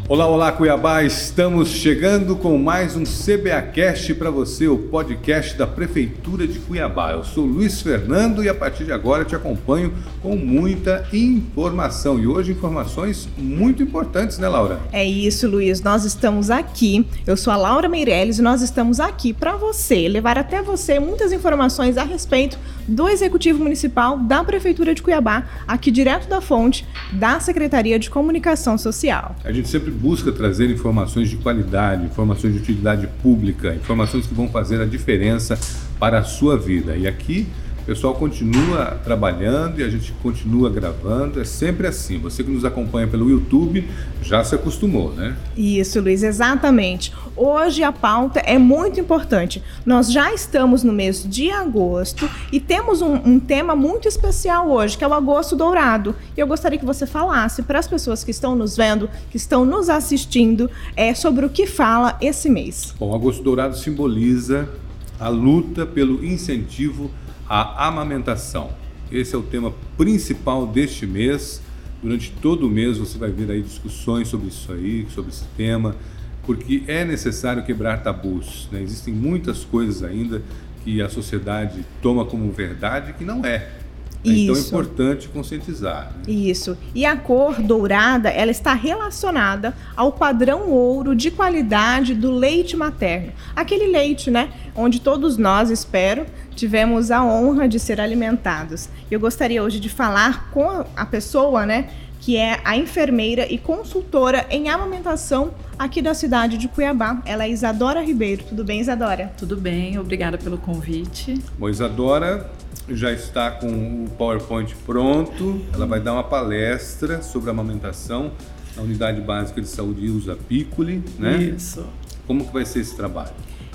Olá, olá Cuiabá, estamos chegando com mais um CBAcast para você, o podcast da Prefeitura de Cuiabá. Eu sou Luiz Fernando e a partir de agora te acompanho com muita informação. E hoje informações muito importantes, né, Laura? É isso, Luiz, nós estamos aqui, eu sou a Laura Meirelles e nós estamos aqui para você, levar até você muitas informações a respeito do Executivo Municipal da Prefeitura de Cuiabá, aqui direto da fonte da Secretaria de Comunicação Social. A gente sempre busca trazer informações de qualidade, informações de utilidade pública, informações que vão fazer a diferença para a sua vida. E aqui o pessoal continua trabalhando e a gente continua gravando, é sempre assim. Você que nos acompanha pelo YouTube já se acostumou, né? Isso, Luiz, exatamente. Hoje a pauta é muito importante. Nós já estamos no mês de agosto e temos um tema muito especial hoje, que é o Agosto Dourado. E eu gostaria que você falasse para as pessoas que estão nos vendo, que estão nos assistindo, sobre o que fala esse mês. Bom, o Agosto Dourado simboliza a luta pelo incentivo à amamentação. Esse é o tema principal deste mês. Durante todo o mês você vai ver aí discussões sobre isso aí, sobre esse tema, porque é necessário quebrar tabus, né? Existem muitas coisas ainda que a sociedade toma como verdade que não é. Então é importante conscientizar, né? Isso. E a cor dourada, ela está relacionada ao padrão ouro de qualidade do leite materno. Aquele leite, né, onde todos nós, espero, tivemos a honra de ser alimentados. Eu gostaria hoje de falar com a pessoa, né, que é a enfermeira e consultora em amamentação aqui da cidade de Cuiabá. Ela é Isadora Ribeiro. Tudo bem, Isadora? Tudo bem, obrigada pelo convite. Bom, Isadora já está com o PowerPoint pronto. Ela vai dar uma palestra sobre amamentação na Unidade Básica de Saúde Ilza Piccoli, né? Isso. Como que vai ser esse trabalho?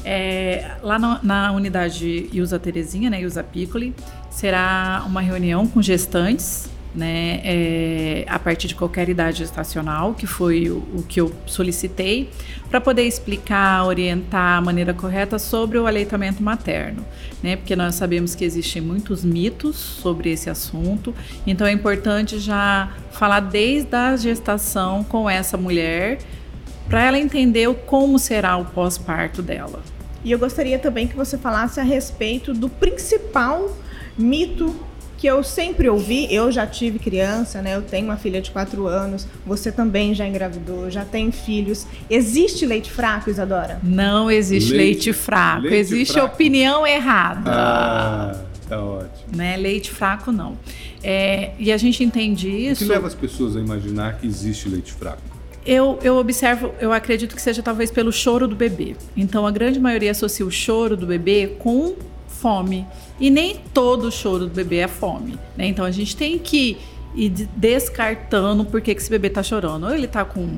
Lá na unidade Ilza Terezinha, né, Ilza Piccoli, será uma reunião com gestantes, né, a partir de qualquer idade gestacional, que foi o que eu solicitei, para poder explicar, orientar a maneira correta sobre o aleitamento materno, né, porque nós sabemos que existem muitos mitos sobre esse assunto, então é importante já falar desde a gestação com essa mulher, para ela entender como será o pós-parto dela. E eu gostaria também que você falasse a respeito do principal mito que eu sempre ouvi. Eu já tive criança, né? Eu tenho uma filha de 4 anos, você também já engravidou, já tem filhos. Existe leite fraco, Isadora? Não existe leite fraco, existe fraco. Opinião errada. Tá ótimo. Né? Leite fraco não. E a gente entende isso. O que leva as pessoas a imaginar que existe leite fraco? Eu observo, eu acredito que seja talvez pelo choro do bebê. Então a grande maioria associa o choro do bebê com fome. E nem todo choro do bebê é fome, né? Então a gente tem que ir descartando por que esse bebê está chorando. Ou ele está com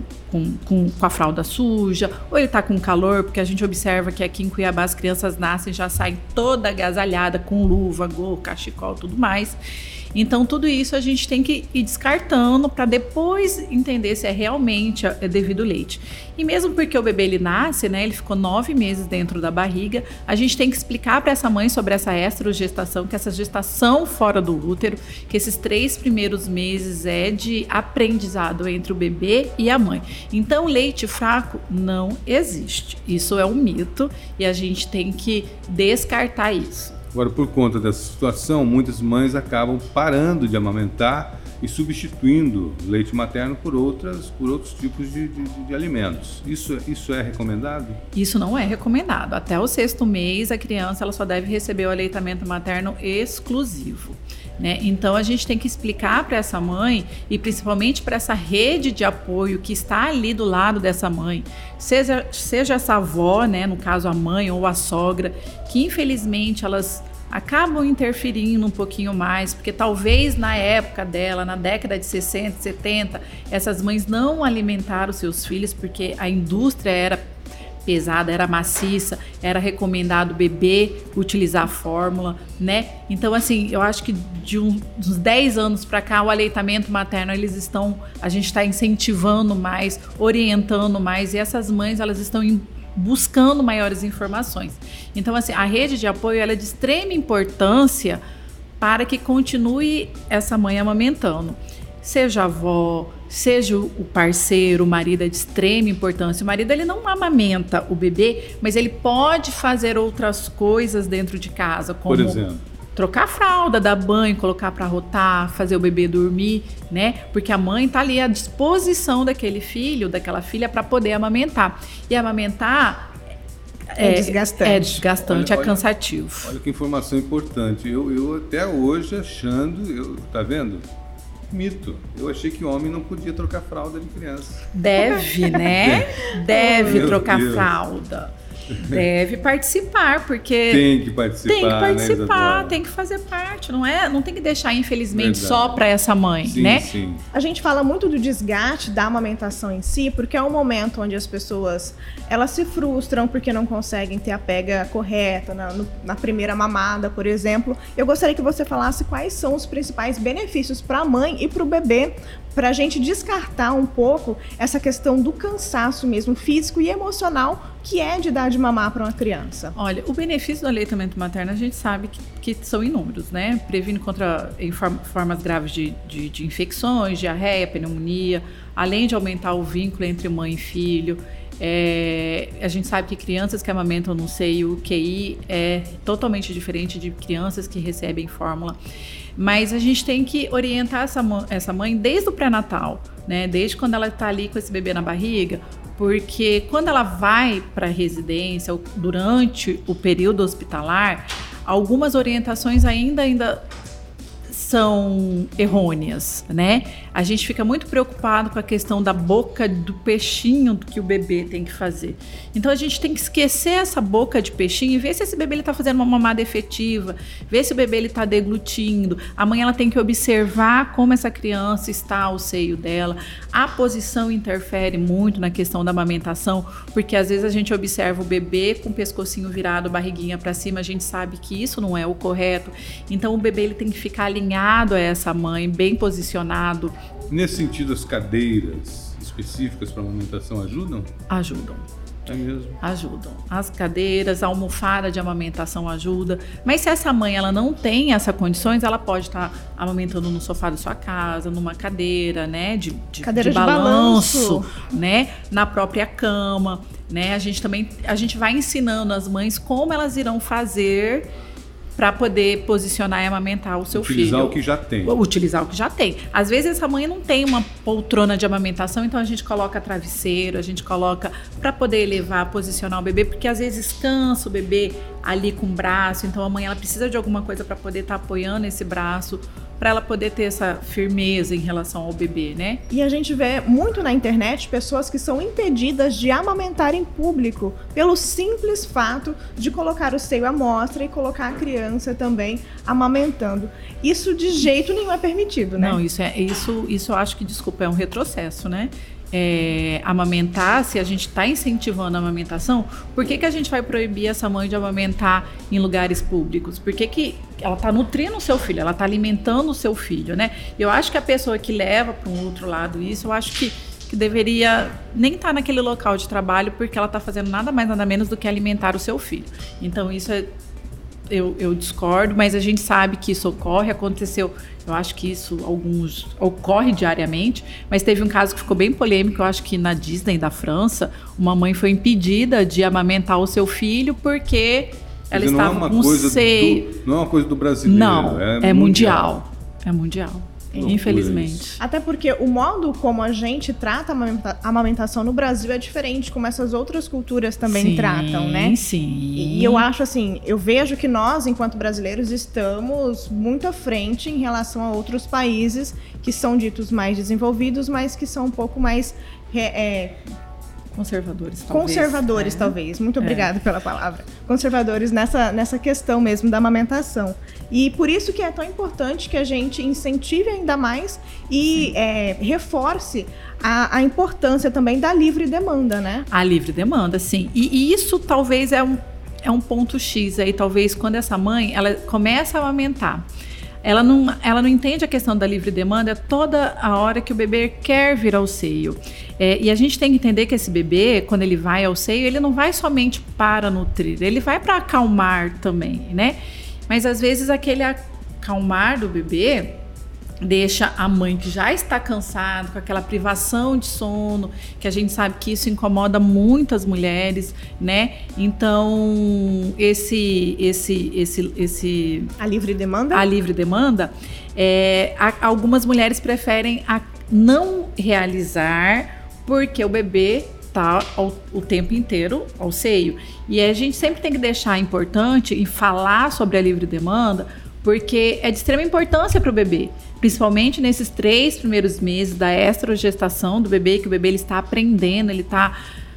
a fralda suja, ou ele está com calor, porque a gente observa que aqui em Cuiabá as crianças nascem, já saem toda agasalhada, com luva, gorro, cachecol, tudo mais. Então tudo isso a gente tem que ir descartando para depois entender se realmente é devido ao leite. E mesmo porque o bebê ele nasce, né, ele ficou 9 meses dentro da barriga, a gente tem que explicar para essa mãe sobre essa estrogestação, que essa gestação fora do útero, que esses 3 primeiros meses é de aprendizado entre o bebê e a mãe. Então leite fraco não existe. Isso é um mito e a gente tem que descartar isso. Agora, por conta dessa situação, muitas mães acabam parando de amamentar e substituindo leite materno por outros tipos de alimentos. Isso é recomendado? Isso não é recomendado. Até o 6º mês, a criança ela só deve receber o aleitamento materno exclusivo, né? Então, a gente tem que explicar para essa mãe e principalmente para essa rede de apoio que está ali do lado dessa mãe, seja essa avó, né, no caso a mãe ou a sogra, que infelizmente elas acabam interferindo um pouquinho mais, porque talvez na época dela, na década de 60, 70, essas mães não alimentaram seus filhos porque a indústria era pesada, era maciça, era recomendado bebê utilizar a fórmula, né? Então, assim, eu acho que de uns 10 anos para cá, o aleitamento materno, a gente está incentivando mais, orientando mais, e essas mães, elas estão buscando maiores informações. Então, assim, a rede de apoio ela é de extrema importância para que continue essa mãe amamentando. seja a avó, seja o parceiro, o marido, é de extrema importância. O marido, ele não amamenta o bebê, mas ele pode fazer outras coisas dentro de casa, como, por exemplo, trocar a fralda, dar banho, colocar para rotar, fazer o bebê dormir, né? Porque a mãe tá ali à disposição daquele filho, daquela filha, para poder amamentar. E amamentar é desgastante. É desgastante, é cansativo. Olha que informação importante. Eu até hoje achando, tá vendo? Mito. Eu achei que homem não podia trocar fralda de criança. Deve, né? Deve trocar fralda. Deve participar, porque... Tem que participar, né, tem que fazer parte, não tem que deixar, infelizmente, só para essa mãe, sim, né? Sim. A gente fala muito do desgaste da amamentação em si, porque é um momento onde as pessoas, elas se frustram porque não conseguem ter a pega correta na primeira mamada, por exemplo. Eu gostaria que você falasse quais são os principais benefícios para a mãe e para o bebê, para a gente descartar um pouco essa questão do cansaço mesmo físico e emocional que é de dar de mamar para uma criança. Olha, o benefício do aleitamento materno a gente sabe que são inúmeros, né? Previne contra formas graves de infecções, diarreia, pneumonia, além de aumentar o vínculo entre mãe e filho. A gente sabe que crianças que amamentam no seio, o QI é totalmente diferente de crianças que recebem fórmula. Mas a gente tem que orientar essa mãe desde o pré-natal, né? Desde quando ela está ali com esse bebê na barriga, porque quando ela vai para a residência, ou durante o período hospitalar, algumas orientações ainda são errôneas, né? A gente fica muito preocupado com a questão da boca do peixinho que o bebê tem que fazer. Então a gente tem que esquecer essa boca de peixinho e ver se esse bebê está fazendo uma mamada efetiva, ver se o bebê está deglutindo. A mãe ela tem que observar como essa criança está ao seio dela. A posição interfere muito na questão da amamentação, porque às vezes a gente observa o bebê com o pescocinho virado, barriguinha para cima, a gente sabe que isso não é o correto. Então o bebê ele tem que ficar alinhado a essa mãe, bem posicionado. Nesse sentido, as cadeiras específicas para amamentação ajudam? Ajudam. É mesmo? Ajudam. As cadeiras, a almofada de amamentação ajuda. Mas se essa mãe ela não tem essas condições, ela pode estar amamentando no sofá da sua casa, numa cadeira, né, de balanço, né, na própria cama, né? A gente vai ensinando as mães como elas irão fazer para poder posicionar e amamentar o seu filho. Utilizar o que já tem. Utilizar o que já tem. Às vezes essa mãe não tem uma poltrona de amamentação, então a gente coloca travesseiro, a gente coloca para poder elevar, posicionar o bebê, porque às vezes cansa o bebê ali com o braço, então a mãe ela precisa de alguma coisa para poder estar apoiando esse braço, para ela poder ter essa firmeza em relação ao bebê, né? E a gente vê muito na internet pessoas que são impedidas de amamentar em público pelo simples fato de colocar o seio à mostra e colocar a criança também amamentando. Isso de jeito nenhum é permitido, né? Não, isso eu acho que, desculpa, é um retrocesso, né? Amamentar, se a gente está incentivando a amamentação, por que a gente vai proibir essa mãe de amamentar em lugares públicos? Por que ela está nutrindo o seu filho, ela está alimentando o seu filho, né? Eu acho que a pessoa que leva para um outro lado isso, eu acho que deveria nem estar naquele local de trabalho, porque ela está fazendo nada mais, nada menos do que alimentar o seu filho. Então isso eu discordo, mas a gente sabe que isso aconteceu, eu acho que isso ocorre diariamente, mas teve um caso que ficou bem polêmico, eu acho que na Disney da França, uma mãe foi impedida de amamentar o seu filho porque ela estava com seio. Não é uma coisa do brasileiro. Não, é mundial. É mundial. Infelizmente. Até porque o modo como a gente trata a amamentação no Brasil é diferente, como essas outras culturas também tratam, né? Sim. E eu acho assim, eu vejo que nós, enquanto brasileiros, estamos muito à frente em relação a outros países que são ditos mais desenvolvidos, mas que são um pouco mais Conservadores, talvez. Muito obrigada pela palavra. Conservadores nessa questão mesmo da amamentação. E por isso que é tão importante que a gente incentive ainda mais e reforce a importância também da livre demanda, né? A livre demanda, sim. E isso talvez é um ponto X aí, talvez quando essa mãe ela começa a amamentar. Ela não entende a questão da livre demanda toda a hora que o bebê quer vir ao seio. E a gente tem que entender que esse bebê, quando ele vai ao seio, ele não vai somente para nutrir, ele vai para acalmar também, né? Mas às vezes aquele acalmar do bebê, deixa a mãe que já está cansada, com aquela privação de sono, que a gente sabe que isso incomoda muitas mulheres, né? Então, a livre demanda? A livre demanda, algumas mulheres preferem não realizar porque o bebê está o tempo inteiro ao seio. E a gente sempre tem que deixar importante e falar sobre a livre demanda, porque é de extrema importância para o bebê, principalmente nesses 3 primeiros meses da estrogestação do bebê, que o bebê ele está aprendendo, ele está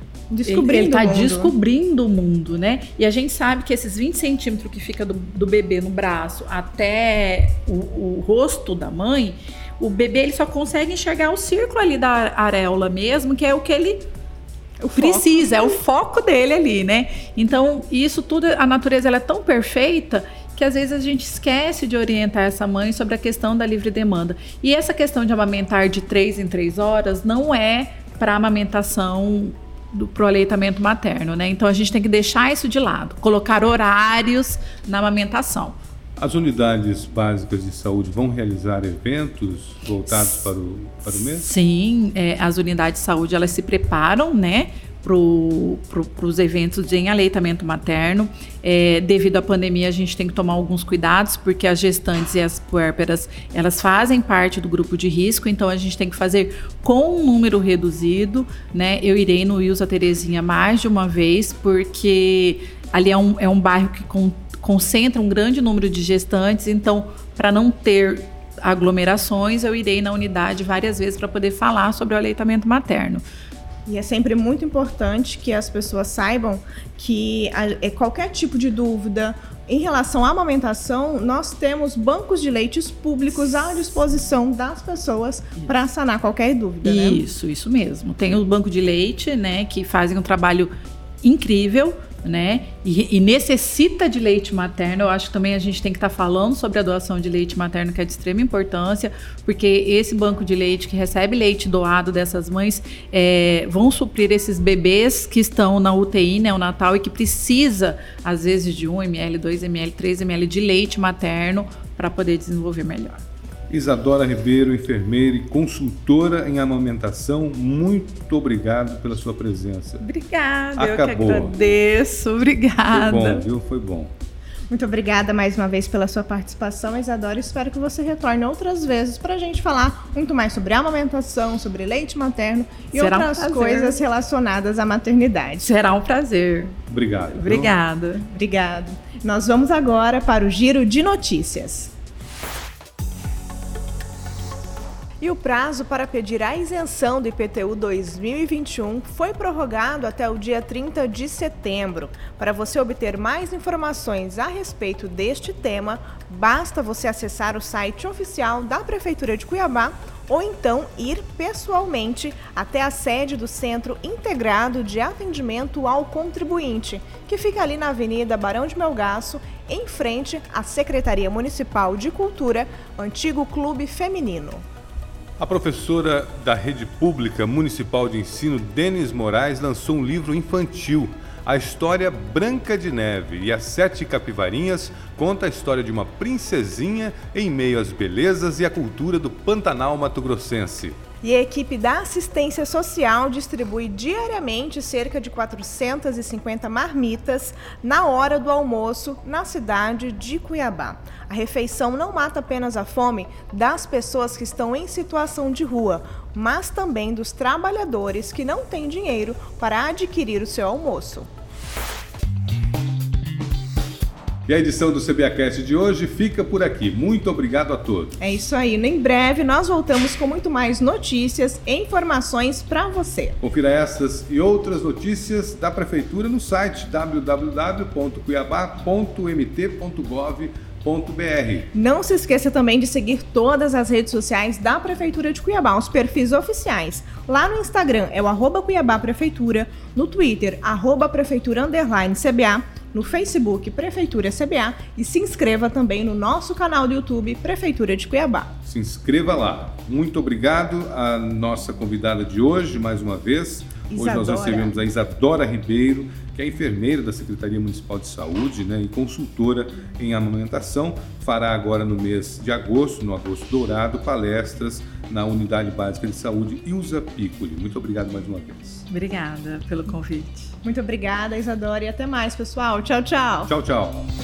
descobrindo o mundo, né? E a gente sabe que esses 20 centímetros que fica do bebê no braço até o rosto da mãe, o bebê ele só consegue enxergar o círculo ali da areola mesmo, que é o que ele precisa, é o foco dele ali, né? Então, isso tudo, a natureza ela é tão perfeita que às vezes a gente esquece de orientar essa mãe sobre a questão da livre demanda. E essa questão de amamentar de 3 em 3 horas não é para amamentação pro aleitamento materno, né? Então a gente tem que deixar isso de lado, colocar horários na amamentação. As unidades básicas de saúde vão realizar eventos voltados para o mês? Sim, as unidades de saúde elas se preparam, né, para os eventos em aleitamento materno. Devido à pandemia, a gente tem que tomar alguns cuidados, porque as gestantes e as puérperas, elas fazem parte do grupo de risco, então a gente tem que fazer com um número reduzido, né? Eu irei no Ilza Terezinha mais de uma vez, porque ali é um bairro que concentra um grande número de gestantes, então, para não ter aglomerações, eu irei na unidade várias vezes para poder falar sobre o aleitamento materno. E é sempre muito importante que as pessoas saibam que qualquer tipo de dúvida em relação à amamentação, nós temos bancos de leites públicos à disposição das pessoas para sanar qualquer dúvida, né? Isso mesmo. Tem o banco de leite, né, que fazem um trabalho incrível, né? E necessita de leite materno. Eu acho que também a gente tem que estar falando sobre a doação de leite materno, que é de extrema importância, porque esse banco de leite que recebe leite doado dessas mães vão suprir esses bebês que estão na UTI neonatal e que precisa, às vezes, de 1 ml, 2 ml, 3 ml de leite materno para poder desenvolver melhor. Isadora Ribeiro, enfermeira e consultora em amamentação, muito obrigado pela sua presença. Obrigada, Acabou. Eu que agradeço. Obrigada. Foi bom, viu? Foi bom. Muito obrigada mais uma vez pela sua participação, Isadora. Espero que você retorne outras vezes para a gente falar muito mais sobre amamentação, sobre leite materno e outras coisas relacionadas à maternidade. Será um prazer. Obrigado. Obrigada. Obrigado. Nós vamos agora para o Giro de Notícias. E o prazo para pedir a isenção do IPTU 2021 foi prorrogado até o dia 30 de setembro. Para você obter mais informações a respeito deste tema, basta você acessar o site oficial da Prefeitura de Cuiabá ou então ir pessoalmente até a sede do Centro Integrado de Atendimento ao Contribuinte, que fica ali na Avenida Barão de Melgaço, em frente à Secretaria Municipal de Cultura, antigo Clube Feminino. A professora da Rede Pública Municipal de Ensino, Denis Moraes, lançou um livro infantil. A história Branca de Neve e as 7 Capivarinhas conta a história de uma princesinha em meio às belezas e à cultura do Pantanal mato-grossense. E a equipe da assistência social distribui diariamente cerca de 450 marmitas na hora do almoço na cidade de Cuiabá. A refeição não mata apenas a fome das pessoas que estão em situação de rua, mas também dos trabalhadores que não têm dinheiro para adquirir o seu almoço. E a edição do CBAcast de hoje fica por aqui. Muito obrigado a todos. É isso aí. Em breve nós voltamos com muito mais notícias e informações para você. Confira essas e outras notícias da Prefeitura no site www.cuiabá.mt.gov.br. Não se esqueça também de seguir todas as redes sociais da Prefeitura de Cuiabá, os perfis oficiais. Lá no Instagram é o @CuiabáPrefeitura, no Twitter @Prefeitura_CBA, no Facebook Prefeitura CBA e se inscreva também no nosso canal do YouTube Prefeitura de Cuiabá. Se inscreva lá. Muito obrigado à nossa convidada de hoje, mais uma vez. Isadora. Hoje nós recebemos a Isadora Ribeiro, que é enfermeira da Secretaria Municipal de Saúde, né, e consultora em amamentação, fará agora no mês de agosto, no Agosto Dourado, palestras na Unidade Básica de Saúde Ilza Piccoli. Muito obrigado mais uma vez. Obrigada pelo convite. Muito obrigada, Isadora, e até mais, pessoal. Tchau, tchau. Tchau, tchau.